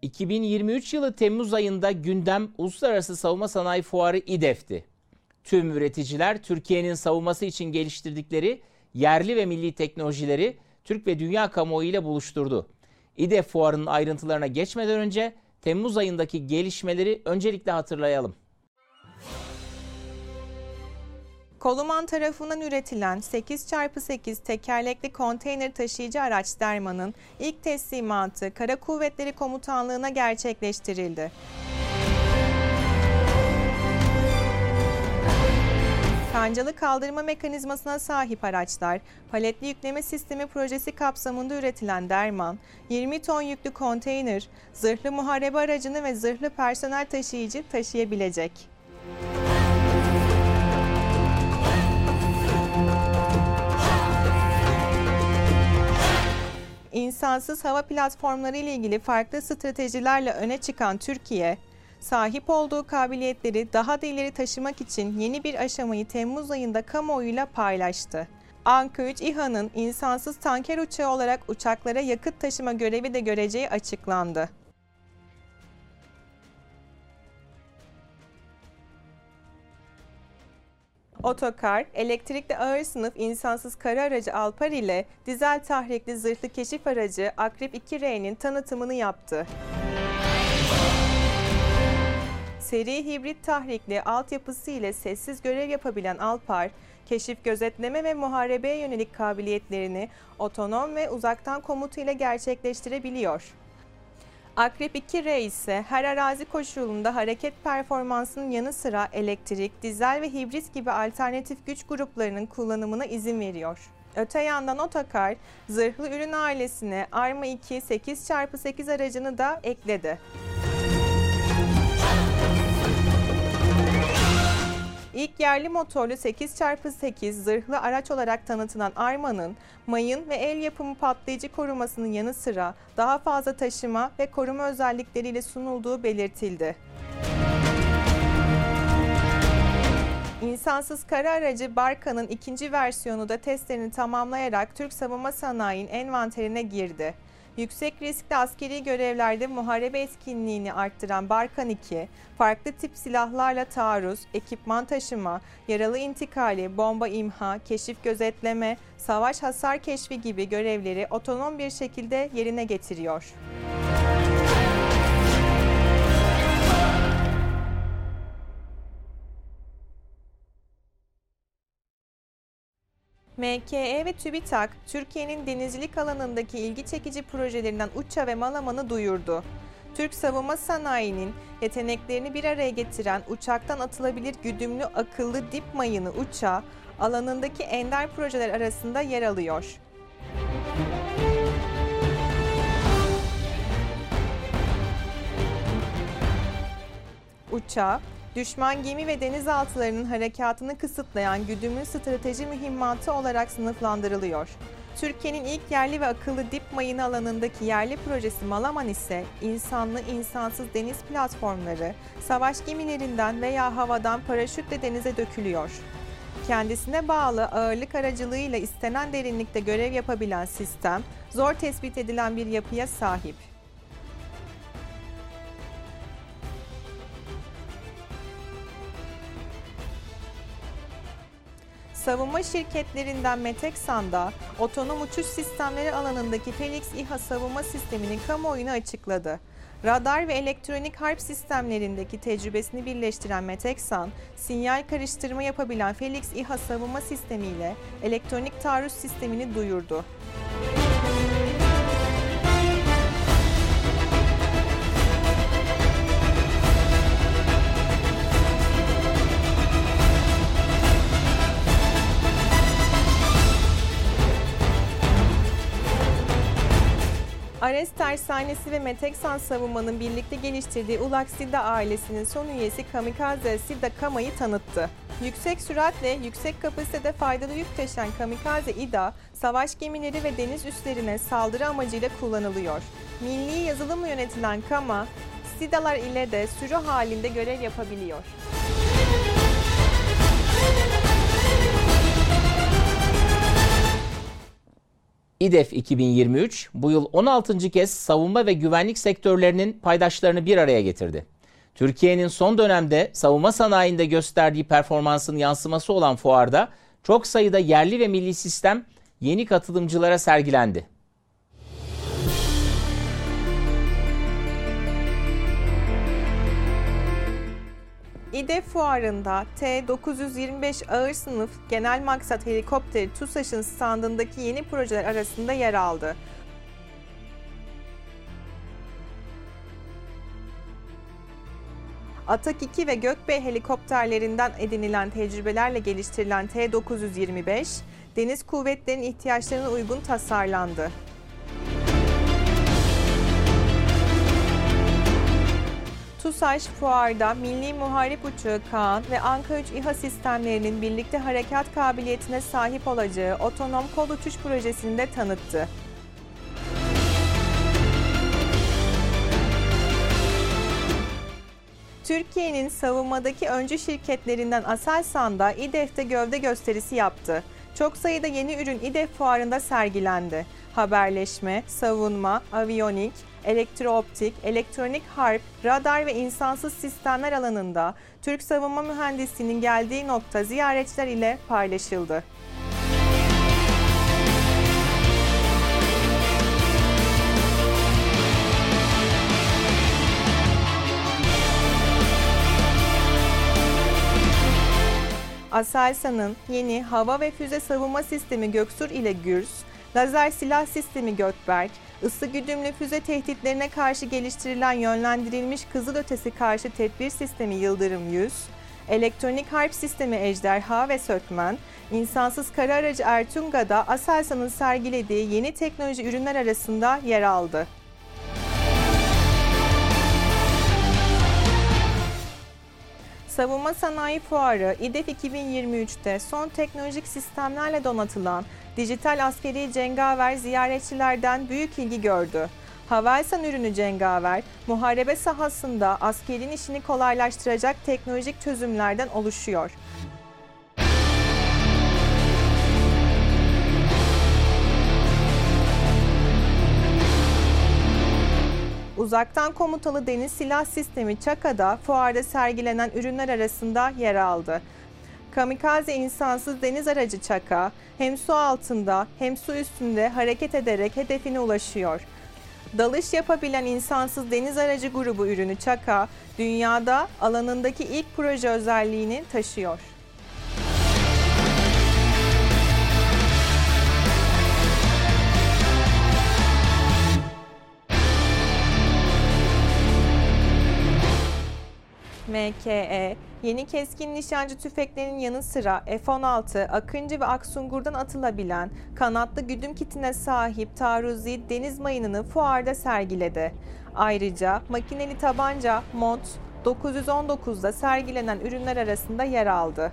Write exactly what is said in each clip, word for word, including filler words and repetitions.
iki bin yirmi üç yılı Temmuz ayında gündem Uluslararası Savunma Sanayi Fuarı İDEF'ti. Tüm üreticiler Türkiye'nin savunması için geliştirdikleri yerli ve milli teknolojileri Türk ve dünya kamuoyu ile buluşturdu. İDEF fuarının ayrıntılarına geçmeden önce Temmuz ayındaki gelişmeleri öncelikle hatırlayalım. Koluman tarafından üretilen sekiz çarpı sekiz tekerlekli konteyner taşıyıcı araç Derman'ın ilk teslimatı Kara Kuvvetleri Komutanlığı'na gerçekleştirildi. Kancalı kaldırma mekanizmasına sahip araçlar, paletli yükleme sistemi projesi kapsamında üretilen Derman, yirmi ton yüklü konteyner, zırhlı muharebe aracını ve zırhlı personel taşıyıcı taşıyabilecek. İnsansız hava platformları ile ilgili farklı stratejilerle öne çıkan Türkiye, sahip olduğu kabiliyetleri daha da ileri taşımak için yeni bir aşamayı Temmuz ayında kamuoyuyla paylaştı. Anka üç İHA'nın insansız tanker uçağı olarak uçaklara yakıt taşıma görevi de göreceği açıklandı. Otokar, elektrikli ağır sınıf insansız kara aracı Alpar ile dizel tahrikli zırhlı keşif aracı Akrep iki R'nin tanıtımını yaptı. Seri hibrit tahrikli altyapısı ile sessiz görev yapabilen Alpar, keşif, gözetleme ve muharebeye yönelik kabiliyetlerini otonom ve uzaktan komutu ile gerçekleştirebiliyor. Akrep iki R ise her arazi koşulunda hareket performansının yanı sıra elektrik, dizel ve hibrit gibi alternatif güç gruplarının kullanımına izin veriyor. Öte yandan Otokar, zırhlı ürün ailesine Arma iki sekiz çarpı sekiz aracını da ekledi. İlk yerli motorlu sekiz çarpı sekiz zırhlı araç olarak tanıtılan Arma'nın mayın ve el yapımı patlayıcı korumasının yanı sıra daha fazla taşıma ve koruma özellikleriyle sunulduğu belirtildi. İnsansız kara aracı Barka'nın ikinci versiyonu da testlerini tamamlayarak Türk savunma sanayinin envanterine girdi. Yüksek riskli askeri görevlerde muharebe etkinliğini arttıran Barkan iki, farklı tip silahlarla taarruz, ekipman taşıma, yaralı intikali, bomba imha, keşif gözetleme, savaş hasar keşfi gibi görevleri otonom bir şekilde yerine getiriyor. M K E ve TÜBİTAK, Türkiye'nin denizcilik alanındaki ilgi çekici projelerinden Uça ve Malaman'ı duyurdu. Türk savunma sanayinin yeteneklerini bir araya getiren uçaktan atılabilir güdümlü akıllı dip mayını Uça, alanındaki ender projeler arasında yer alıyor. Uça, düşman gemi ve denizaltılarının harekatını kısıtlayan güdümlü strateji mühimmatı olarak sınıflandırılıyor. Türkiye'nin ilk yerli ve akıllı dip mayını alanındaki yerli projesi Malaman ise insanlı insansız deniz platformları, savaş gemilerinden veya havadan paraşütle denize dökülüyor. Kendisine bağlı ağırlık aracılığıyla istenen derinlikte görev yapabilen sistem, zor tespit edilen bir yapıya sahip. Savunma şirketlerinden Meteksan'da otonom uçuş sistemleri alanındaki Felix İHA savunma sisteminin kamuoyuna açıkladı. Radar ve elektronik harp sistemlerindeki tecrübesini birleştiren Meteksan, sinyal karıştırma yapabilen Felix İHA savunma sistemiyle elektronik taarruz sistemini duyurdu. Ares Tersanesi ve Meteksan Savunma'nın birlikte geliştirdiği Ulak SİDA ailesinin son üyesi Kamikaze SİDA Kama'yı tanıttı. Yüksek süratle, yüksek kapasitede faydalı yük taşıyan Kamikaze İDA, savaş gemileri ve deniz üslerine saldırı amacıyla kullanılıyor. Milli yazılımla yönetilen Kama, SİDA'lar ile de sürü halinde görev yapabiliyor. İDEF iki bin yirmi üç bu yıl on altıncı kez savunma ve güvenlik sektörlerinin paydaşlarını bir araya getirdi. Türkiye'nin son dönemde savunma sanayinde gösterdiği performansın yansıması olan fuarda çok sayıda yerli ve milli sistem yeni katılımcılara sergilendi. İDEF fuarında T dokuz yüz yirmi beş ağır sınıf genel maksat helikopteri TUSAŞ'ın standındaki yeni projeler arasında yer aldı. Atak iki ve Gökbey helikopterlerinden edinilen tecrübelerle geliştirilen T dokuz yüz yirmi beş, deniz kuvvetlerinin ihtiyaçlarına uygun tasarlandı. TUSAŞ fuarda Milli Muharip Uçağı Kaan ve Anka üç İHA sistemlerinin birlikte harekat kabiliyetine sahip olacağı otonom kol uçuş projesini de tanıttı. Türkiye'nin savunmadaki öncü şirketlerinden Aselsan da İDEF'te gövde gösterisi yaptı. Çok sayıda yeni ürün İDEF fuarında sergilendi. Haberleşme, savunma, aviyonik, elektrooptik, elektronik harp, radar ve insansız sistemler alanında Türk savunma mühendisliğinin geldiği nokta ziyaretçiler ile paylaşıldı. Aselsan'ın yeni hava ve füze savunma sistemi Göksur ile Gürs, lazer silah sistemi Gökberk, ısı güdümlü füze tehditlerine karşı geliştirilen yönlendirilmiş kızılötesi karşı tedbir sistemi Yıldırım yüz, elektronik harp sistemi Ejderha ve Sökmen, insansız kara aracı Ertunga'da Aselsan'ın sergilediği yeni teknoloji ürünler arasında yer aldı. Savunma Sanayi Fuarı İDEF iki bin yirmi üç'te son teknolojik sistemlerle donatılan dijital askeri cengaver ziyaretçilerden büyük ilgi gördü. Havelsan ürünü cengaver, muharebe sahasında askerin işini kolaylaştıracak teknolojik çözümlerden oluşuyor. Uzaktan komutalı deniz silah sistemi Çaka'da fuarda sergilenen ürünler arasında yer aldı. Kamikaze insansız deniz aracı Çaka, hem su altında hem su üstünde hareket ederek hedefine ulaşıyor. Dalış yapabilen insansız deniz aracı grubu ürünü Çaka, dünyada alanındaki ilk proje özelliğini taşıyor. M K E, yeni keskin nişancı tüfeklerin yanı sıra F on altı, Akıncı ve Aksungur'dan atılabilen kanatlı güdüm kitine sahip taarruzi deniz mayınını fuarda sergiledi. Ayrıca makineli tabanca Mod dokuz yüz on dokuz'da sergilenen ürünler arasında yer aldı.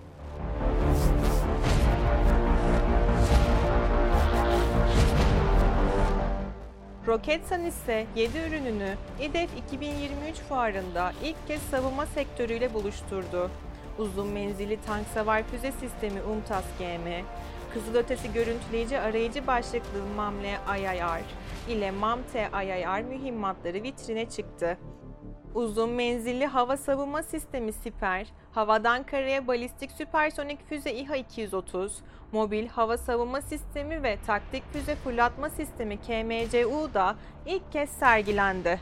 Roketsan ise yedi ürününü İDEF iki bin yirmi üç fuarında ilk kez savunma sektörüyle buluşturdu. Uzun menzilli tank savar füze sistemi UMTAS G M, kızılötesi görüntüleyici arayıcı başlıklı MAMLE I I R ile MAMTE I I R mühimmatları vitrine çıktı. Uzun menzilli hava savunma sistemi Siper, havadan karaya balistik süpersonik füze İHA iki yüz otuz, mobil hava savunma sistemi ve taktik füze fırlatma sistemi K M C U da ilk kez sergilendi.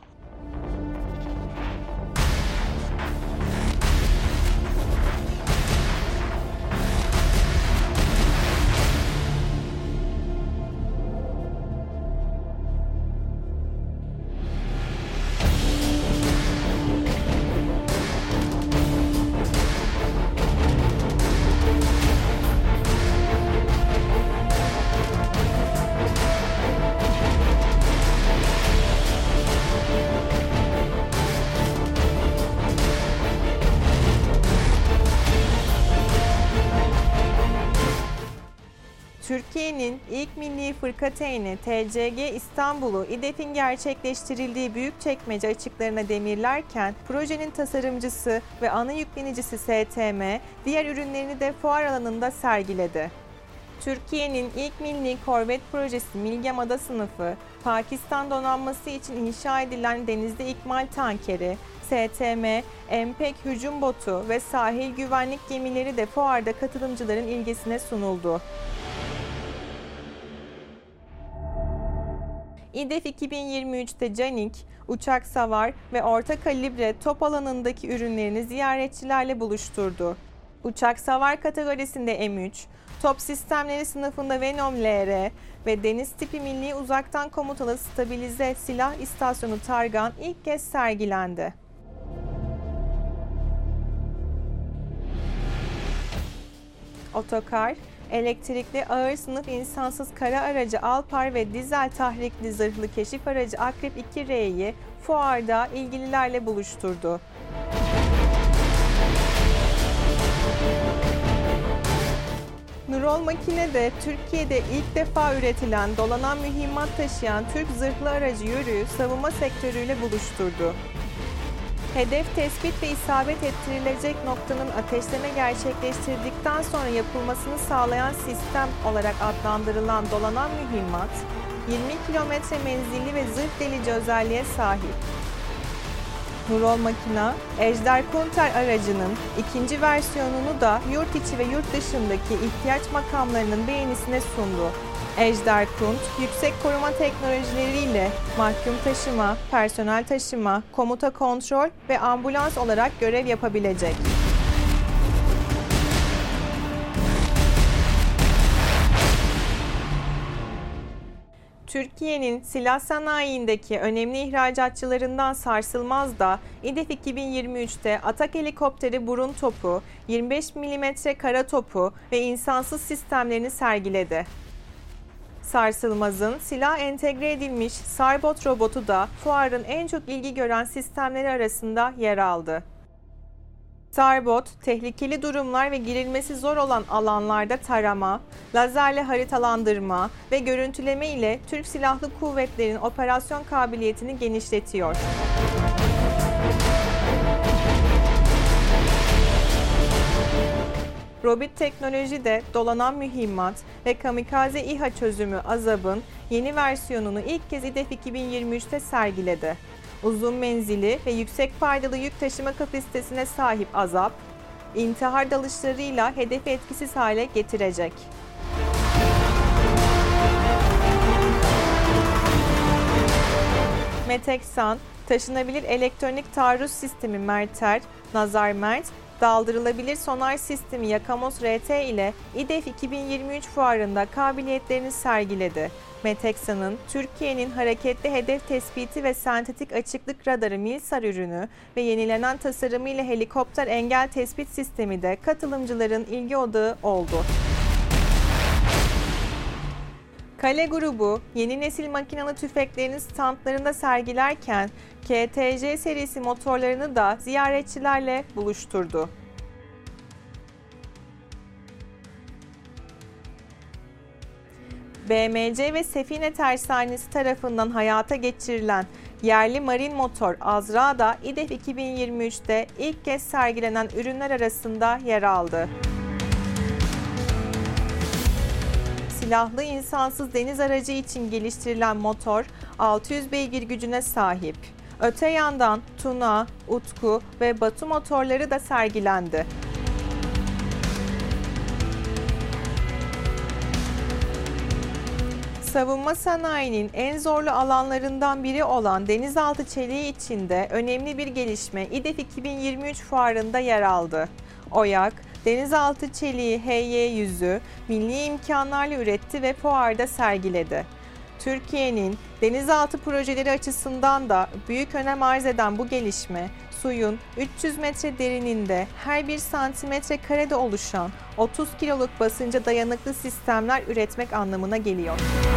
Türkiye'nin ilk milli fırkateyni T C G İstanbul'u İDEF'in gerçekleştirildiği Büyükçekmece açıklarına demirlerken projenin tasarımcısı ve ana yüklenicisi S T M diğer ürünlerini de fuar alanında sergiledi. Türkiye'nin ilk milli korvet projesi Milgem Ada sınıfı, Pakistan donanması için inşa edilen denizde ikmal tankeri, S T M, Empek hücum botu ve sahil güvenlik gemileri de fuarda katılımcıların ilgisine sunuldu. İDEF iki bin yirmi üç'te Canik, uçak savar ve orta kalibre top alanındaki ürünlerini ziyaretçilerle buluşturdu. Uçak savar kategorisinde M üç, top sistemleri sınıfında Venom L R ve deniz tipi milli uzaktan komutalı stabilize silah istasyonu Targan ilk kez sergilendi. Otokar, elektrikli ağır sınıf insansız kara aracı Alpar ve dizel tahrikli zırhlı keşif aracı Akrep iki R'yi fuarda ilgililerle buluşturdu. Nurol Makine'de Türkiye'de ilk defa üretilen dolanan mühimmat taşıyan Türk zırhlı aracı Yörük'ü savunma sektörüyle buluşturdu. Hedef tespit ve isabet ettirilecek noktanın ateşleme gerçekleştirdikten sonra yapılmasını sağlayan sistem olarak adlandırılan dolanan mühimmat, yirmi kilometre menzilli ve zırh delici özelliğe sahip. Nurol Makina, Ejder Kunter aracının ikinci versiyonunu da yurt içi ve yurt dışındaki ihtiyaç makamlarının beğenisine sundu. Ejder Kunt, yüksek koruma teknolojileriyle mahkum taşıma, personel taşıma, komuta kontrol ve ambulans olarak görev yapabilecek. Türkiye'nin silah sanayiindeki önemli ihracatçılarından Sarsılmaz da İDEF iki bin yirmi üç'te atak helikopteri burun topu, yirmi beş milimetre kara topu ve insansız sistemlerini sergiledi. Sarsılmaz'ın silah entegre edilmiş Sarbot robotu da fuarın en çok ilgi gören sistemleri arasında yer aldı. Sarbot, tehlikeli durumlar ve girilmesi zor olan alanlarda tarama, lazerle haritalandırma ve görüntüleme ile Türk Silahlı Kuvvetleri'nin operasyon kabiliyetini genişletiyor. Robit Teknoloji de dolanan mühimmat ve kamikaze İHA çözümü Azab'ın yeni versiyonunu ilk kez İDEF iki bin yirmi üç'te sergiledi. Uzun menzili ve yüksek faydalı yük taşıma kapasitesine sahip Azap, intihar dalışlarıyla hedefi etkisiz hale getirecek. Meteksan, taşınabilir elektronik taarruz sistemi Merter, Nazar Mert, daldırılabilir sonar sistemi Yakamos R T ile İDEF iki bin yirmi üç fuarında kabiliyetlerini sergiledi. Meteksan'ın Türkiye'nin hareketli hedef tespiti ve sentetik açıklık radarı Milsar ürünü ve yenilenen tasarımıyla helikopter engel tespit sistemi de katılımcıların ilgi odağı oldu. Kale grubu yeni nesil makinalı tüfeklerini standlarında sergilerken K T J serisi motorlarını da ziyaretçilerle buluşturdu. B M C ve Sefine Tersanesi tarafından hayata geçirilen yerli marin motor Azra da İDEF iki bin yirmi üç'te ilk kez sergilenen ürünler arasında yer aldı. Silahlı insansız deniz aracı için geliştirilen motor altı yüz beygir gücüne sahip. Öte yandan Tuna, Utku ve Batu motorları da sergilendi. Savunma sanayinin en zorlu alanlarından biri olan denizaltı çeliği için de önemli bir gelişme İDEF iki bin yirmi üç fuarında yer aldı. OYAK, denizaltı çeliği H Y yüzü milli imkanlarla üretti ve fuarda sergiledi. Türkiye'nin denizaltı projeleri açısından da büyük önem arz eden bu gelişme, suyun üç yüz metre derininde her bir santimetre karede oluşan otuz kiloluk basınca dayanıklı sistemler üretmek anlamına geliyor.